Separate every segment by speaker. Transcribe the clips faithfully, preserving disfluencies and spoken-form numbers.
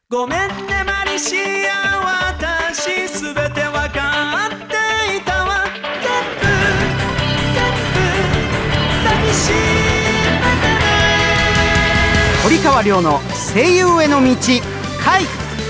Speaker 1: ごめんねマリシア、私すべてわかっていたわ。全部全部抱きしめてね。
Speaker 2: 堀川亮の声優への道回。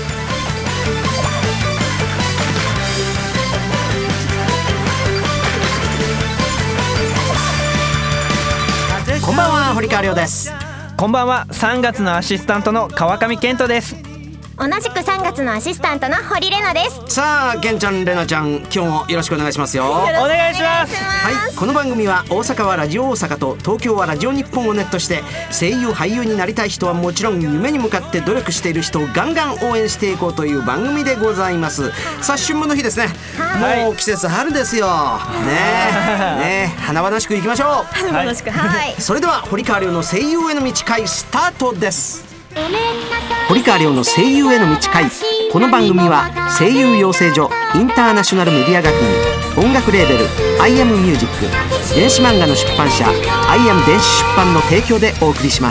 Speaker 2: こんばんは、堀川亮です。
Speaker 3: こんばんは、さんがつのアシスタントの川上健人です。
Speaker 4: 同じくさんがつのアシスタントの堀玲奈です。
Speaker 2: さあ、健ちゃん、玲奈ちゃん、今日もよろしくお願いしますよ。
Speaker 3: お願いします。
Speaker 2: はい、この番組は大阪はラジオ大阪と東京はラジオ日本をネットして、声優俳優になりたい人はもちろん、夢に向かって努力している人をガンガン応援していこうという番組でございます。さあ、春分の日ですね。もう季節春ですよね。ね、華々しくいきましょう。
Speaker 4: 華々しく、はい、
Speaker 2: それでは堀川亮の声優への道会スタートです。堀川亮の声優への道会。この番組は声優養成所インターナショナルメディア学院、音楽レーベル アイエム ミュージック、電子漫画の出版社 アイエム 電子出版の提供でお送りします。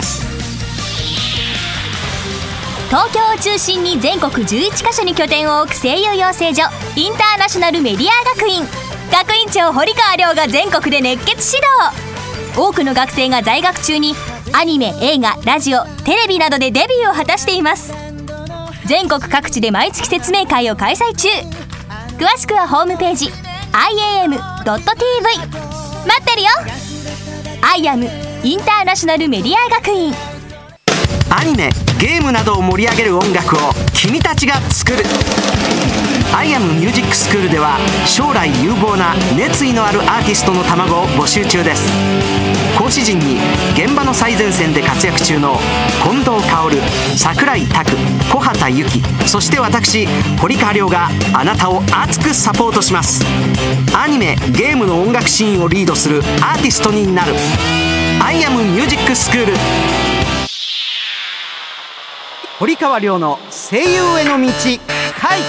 Speaker 5: 東京を中心に全国じゅういちカ所に拠点を置く声優養成所インターナショナルメディア学院、学院長堀川亮が全国で熱血指導。多くの学生が在学中にアニメ、映画、ラジオ、テレビなどでデビューを果たしています。全国各地で毎月説明会を開催中。詳しくはホームページ アイエーエムドットティーブイ 待ってるよ。アイエム インターナショナルメディア学院。
Speaker 2: アニメ、ゲームなどを盛り上げる音楽を君たちが作る。 アイエム ミュージックスクールでは将来有望な熱意のあるアーティストの卵を募集中です。講師陣に現場の最前線で活躍中の近藤薫、櫻井拓、小畑由紀、そして私堀川亮があなたを熱くサポートします。アニメ、ゲームの音楽シーンをリードするアーティストになる アイエム ミュージックスクール。堀川亮の声優への道回。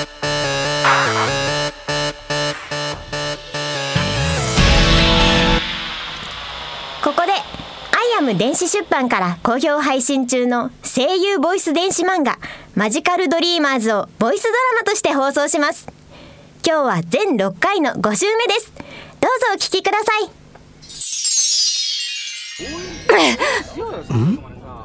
Speaker 4: ここでアイエム電子出版から好評配信中の声優ボイス電子漫画マジカルドリーマーズをボイスドラマとして放送します。今日は全ろっかいのご週目です。どうぞお聞きください。
Speaker 2: ん？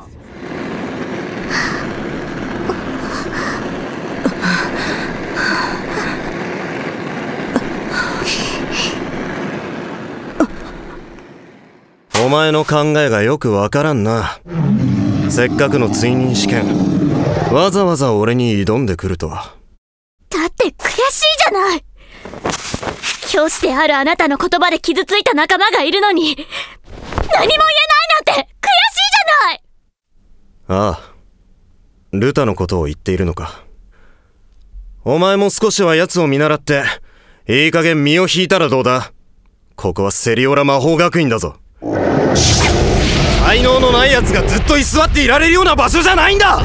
Speaker 6: お前の考えがよくわからんな。せっかくの追認試験、わざわざ俺に挑んでくるとは。
Speaker 5: だって悔しいじゃない。教師であるあなたの言葉で傷ついた仲間がいるのに何も言えないなんて悔しいじゃない。
Speaker 6: ああ、ルタのことを言っているのか。お前も少しは奴を見習っていい加減身を引いたらどうだ。ここはセリオラ魔法学院だぞ。才能のない奴がずっと居座っていられるような場所じゃないんだ。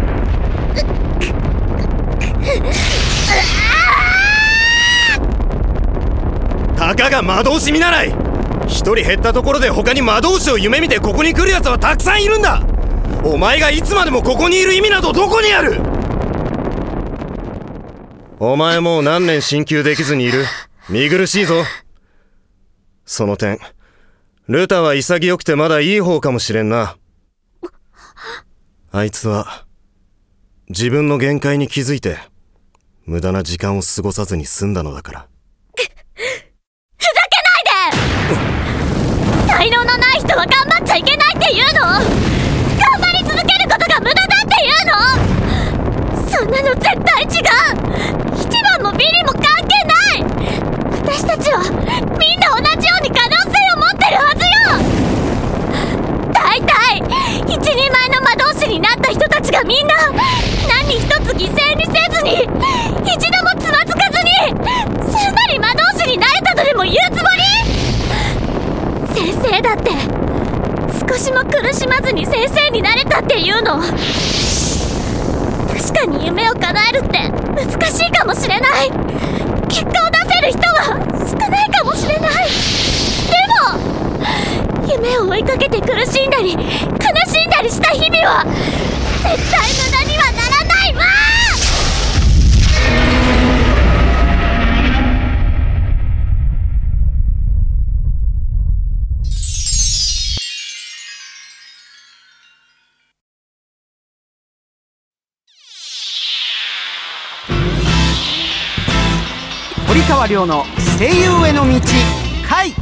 Speaker 6: たかが魔導士見習い。一人減ったところで他に魔導士を夢見てここに来る奴はたくさんいるんだ。お前がいつまでもここにいる意味などどこにある。お前もう何年進級できずにいる。見苦しいぞ。その点ルタは潔くてまだいい方かもしれんな。あいつは自分の限界に気づいて無駄な時間を過ごさずに済んだのだから。
Speaker 5: ふざけないで。才能のない人は頑張っちゃいけないって言うの。頑張り続けることが無駄だって言うの。そんなの絶対違う。一番もビリも関係ない。私たちはみんな同じように可能性を持ってるはずよ。大体一人前の魔導士になった人たちがみんな何一つ犠牲にせずに、一度もつまずかずにすんなり魔導士になれたとでも言うつもり？先生だって少しも苦しまずに先生になれたっていうの。確かに夢を叶えるって難しいかもしれない。結果を出せる人は少ないかもしれない。でも夢を追いかけて苦しんだり悲しんだりした日々は絶対無駄にはならない。
Speaker 2: 川亮の声優への道回。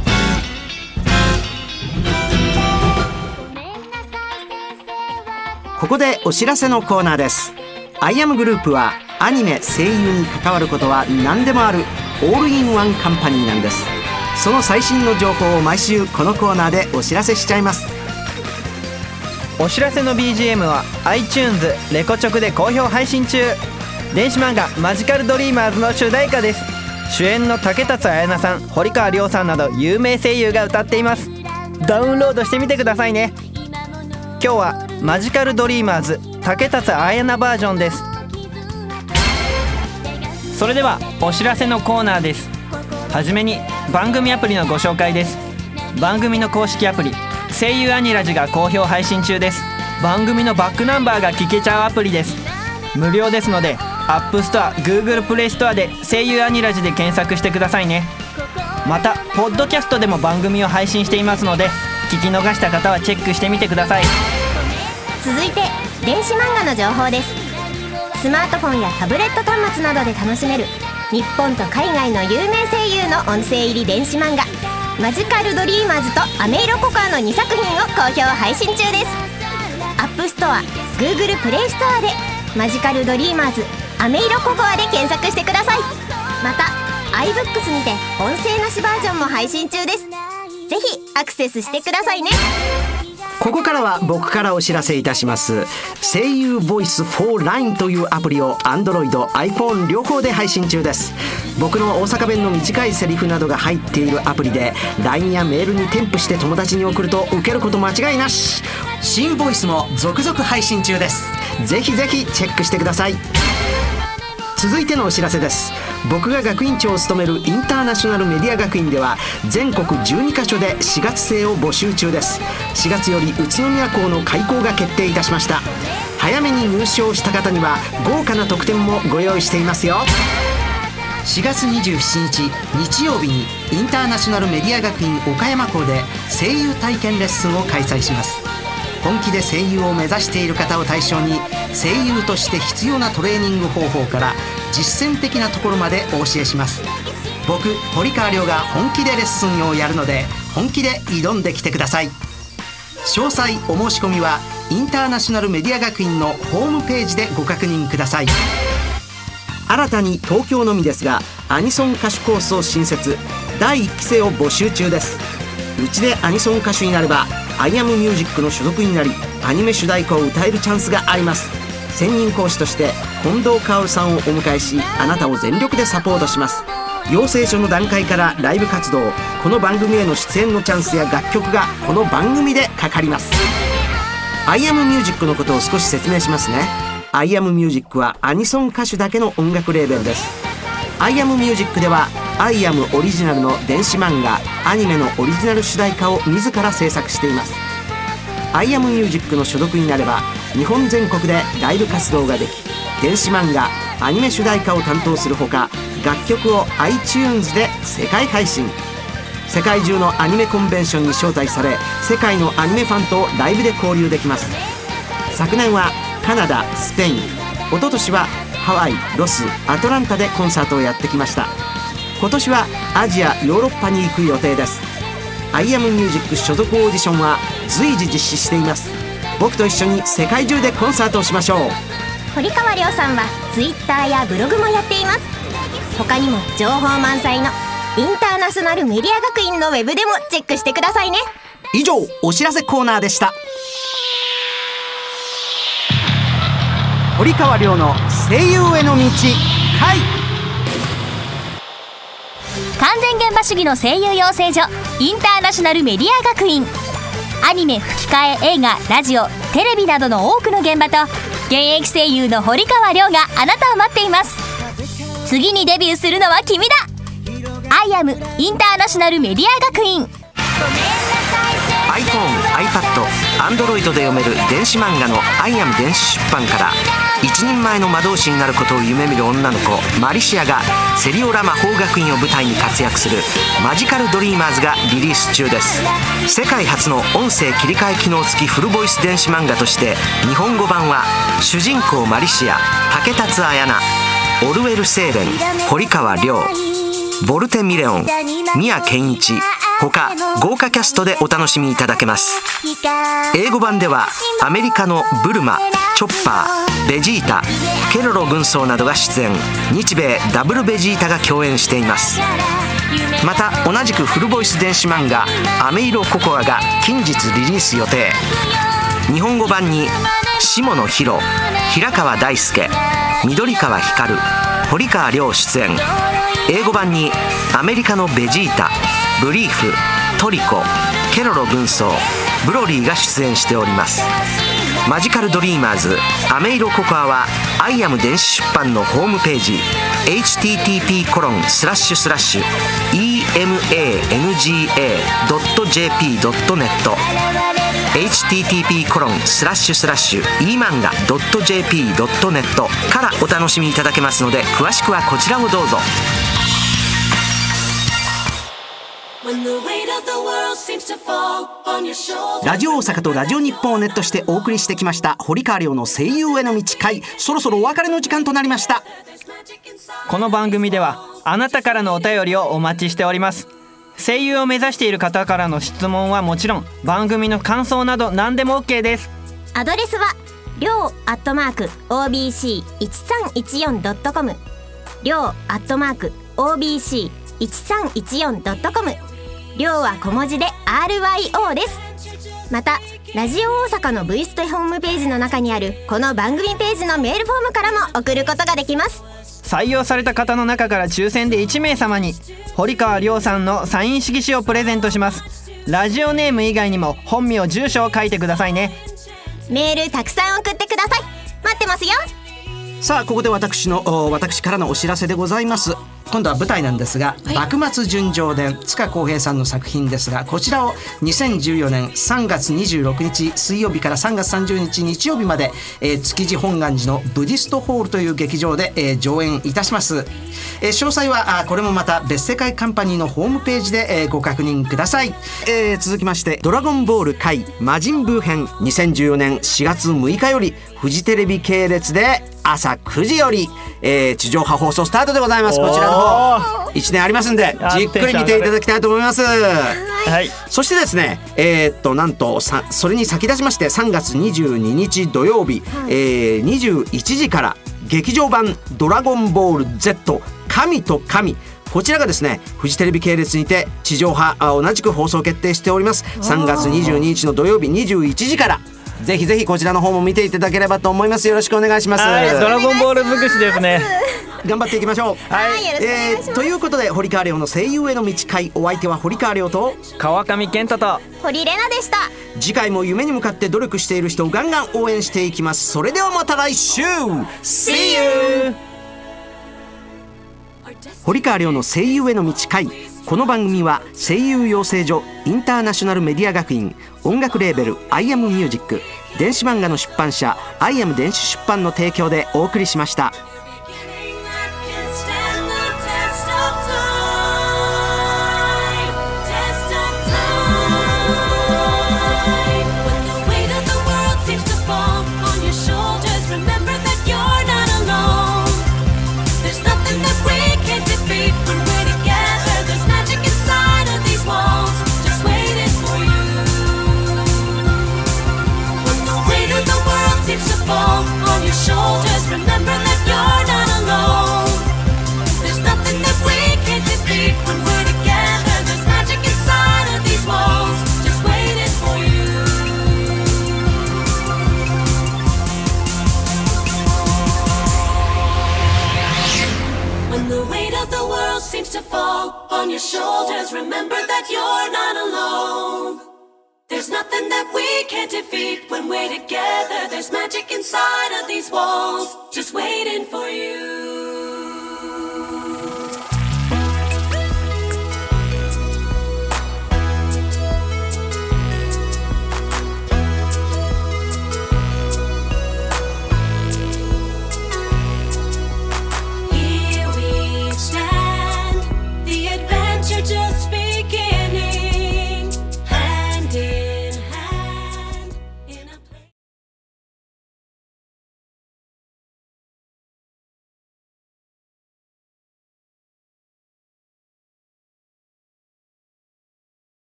Speaker 2: ここでお知らせのコーナーです。アイアムグループはアニメ声優に関わることは何でもあるオールインワンカンパニーなんです。その最新の情報を毎週このコーナーでお知らせしちゃいます。
Speaker 3: お知らせの ビージーエム は iTunes レコチョクで好評配信中。電子漫画マジカルドリーマーズの主題歌です。主演の竹達彩奈さん、堀川亮さんなど有名声優が歌っています。ダウンロードしてみてくださいね。今日はマジカルドリーマーズ竹達彩奈バージョンです。それではお知らせのコーナーです。はじめに番組アプリのご紹介です。番組の公式アプリ声優アニラジが好評配信中です。番組のバックナンバーが聞けちゃうアプリです。無料ですので App Store、Google Play Store で声優アニラジで検索してくださいね。またポッドキャストでも番組を配信していますので聞き逃した方はチェックしてみてください。
Speaker 4: 続いて電子漫画の情報です。スマートフォンやタブレット端末などで楽しめる日本と海外の有名声優の音声入り電子漫画マジカルドリーマーズとアメイロココアのにさく品を好評配信中です。アップストア、Google プレイストアでマジカルドリーマーズ、アメイロココアで検索してください。また iBooks にて音声なしバージョンも配信中です。ぜひアクセスしてくださいね。
Speaker 2: ここからは僕からお知らせいたします。声優ボイス フォーライン というアプリを Android、iPhone 両方で配信中です。僕の大阪弁の短いセリフなどが入っているアプリで ライン やメールに添付して友達に送ると受けること間違いなし。新ボイスも続々配信中です。ぜひぜひチェックしてください。続いてのお知らせです。僕が学院長を務めるインターナショナルメディア学院では全国じゅうにカ所でしがつ生を募集中です。しがつより宇都宮校の開校が決定いたしました。早めに入賞した方には豪華な特典もご用意していますよ。しがつにじゅうしちにち日曜日にインターナショナルメディア学院岡山校で声優体験レッスンを開催します。本気で声優を目指している方を対象に声優として必要なトレーニング方法から実践的なところまでお教えします。僕堀川亮が本気でレッスンをやるので本気で挑んできてください。詳細お申し込みはインターナショナルメディア学院のホームページでご確認ください。新たに東京のみですがアニソン歌手コースを新設、だいいっき生を募集中です。うちでアニソン歌手になればアイアムミュージックの所属になりアニメ主題歌を歌えるチャンスがあります。専任講師として近藤薫さんをお迎えしあなたを全力でサポートします。養成所の段階からライブ活動、この番組への出演のチャンスや楽曲がこの番組でかかります。アイアムミュージックのことを少し説明しますね。アイアムミュージックはアニソン歌手だけの音楽レーベルです。アイアムミュージックではアイアムオリジナルの電子漫画、アニメのオリジナル主題歌を自ら制作しています。アイアムミュージックの所属になれば日本全国でライブ活動ができ電子漫画、アニメ主題歌を担当するほか楽曲を iTunes で世界配信。世界中のアニメコンベンションに招待され世界のアニメファンとライブで交流できます。昨年はカナダ、スペイン、一昨年はハワイ、ロス、アトランタでコンサートをやってきました。今年はアジア、ヨーロッパに行く予定です。アイアムミュージック所属オーディションは随時実施しています。僕と一緒に世界中でコンサートをしましょう。
Speaker 4: 堀川亮さんは Twitter やブログもやっています。他にも情報満載のインターナショナルメディア学院のウェブでもチェックしてくださいね。
Speaker 2: 以上お知らせコーナーでした。堀川亮の声優への道回。
Speaker 5: 完全現場主義の声優養成所インターナショナルメディア学院。アニメ、吹き替え、映画、ラジオ、テレビなどの多くの現場と現役声優の堀川亮があなたを待っています。次にデビューするのは君だ。アイアムインターナショナルメディア学院。
Speaker 2: iPhone、iPad、Android で読める電子漫画のアイアム電子出版から一人前の魔導士になることを夢見る女の子マリシアがセリオラ魔法学院を舞台に活躍するマジカルドリーマーズがリリース中です。世界初の音声切り替え機能付きフルボイス電子漫画として日本語版は主人公マリシア、竹達彩奈、オルウェル・セーレン、堀川亮、 ボルテ・ミレオン、宮健一他豪華キャストでお楽しみいただけます。英語版ではアメリカのブルマ、チョッパー、ベジータ、ケロロ軍曹などが出演。日米ダブルベジータが共演しています。また同じくフルボイス電子漫画アメイロココアが近日リリース予定。日本語版に下野紘、平川大輔、緑川光、堀川亮出演。英語版にアメリカのベジータ、ブリーフ、トリコ、ケロロ軍曹、ブロリーが出演しております。マジカルドリーマーズアメイロココアはアイアム電子出版のホームページ エイチティーティーピーコロンスラッシュスラッシュイーエムエーエヌジーエードットジェーピードットネット エイチティーティーピーコロンスラッシュスラッシュイーマンガドットジェーピードットネット からお楽しみいただけますので、詳しくはこちらをどうぞ。ラジオ大阪とラジオ日本をネットしてお送りしてきました堀川亮の声優への道会、そろそろお別れの時間となりました。
Speaker 3: この番組ではあなたからのお便りをお待ちしております。声優を目指している方からの質問はもちろん、番組の感想など何でも OK です。
Speaker 4: アドレスはりょうアットマーク オービーシーいちさんいちよんドットコム りょうアットマーク オービーシーいちさんいちよんドットコム。りょうは小文字で アールワイオー です。またラジオ大阪の ブイステホームページの中にあるこの番組ページのメールフォームからも送ることができます。
Speaker 3: 採用された方の中から抽選でいちめい様に堀川亮さんのサイン色紙をプレゼントします。ラジオネーム以外にも本名住所を書いてくださいね。
Speaker 4: メールたくさん送ってください。待ってますよ。
Speaker 2: さあここで私の私からのお知らせでございます。今度は舞台なんですが、はい、幕末純情伝塚公平さんの作品ですが、こちらをにせんじゅうよねんさんがつにじゅうろくにち水曜日からさんがつさんじゅうにち日曜日まで、えー、築地本願寺のブディストホールという劇場で、えー、上演いたします。えー、詳細はあこれもまた別世界カンパニーのホームページで、えー、ご確認ください。えー、続きましてドラゴンボール界魔人ブー編にせんじゅうよねんしがつむいかよりフジテレビ系列で朝くじより、えー、地上波放送スタートでございます。こちらの方いちねんありますんでじっくり見ていただきたいと思います。はい、そしてですね、えー、っとなんとさそれに先立ちましてさんがつにじゅうににち土曜日、はい、えー、にじゅういちじから劇場版ドラゴンボール Z 神と神、こちらがですねフジテレビ系列にて地上波同じく放送決定しております。さんがつにじゅうににちの土曜日にじゅういちじからぜひぜひこちらの方も見ていただければと思います。よろしくお願いします。
Speaker 3: はい、ドラゴンボール尽くしですね。
Speaker 2: 頑張っていきましょう。
Speaker 4: はい、よろしくお願いします。
Speaker 2: えー、ということで堀川亮の声優への道会、お相手は堀川亮と
Speaker 3: 川上健太と
Speaker 4: 堀玲奈でした。
Speaker 2: 次回も夢に向かって努力している人をガンガン応援していきます。それではまた来週 See you。 堀川亮の声優への道会、この番組は声優養成所インターナショナルメディア学院、音楽レーベル アイアム ミュージック、電子漫画の出版社 アイアム 電子出版の提供でお送りしました。
Speaker 1: Seems to fall on your shoulders. Remember that you're not alone. There's nothing that we can't defeat when we're together. There's magic inside of these walls, just waiting for you.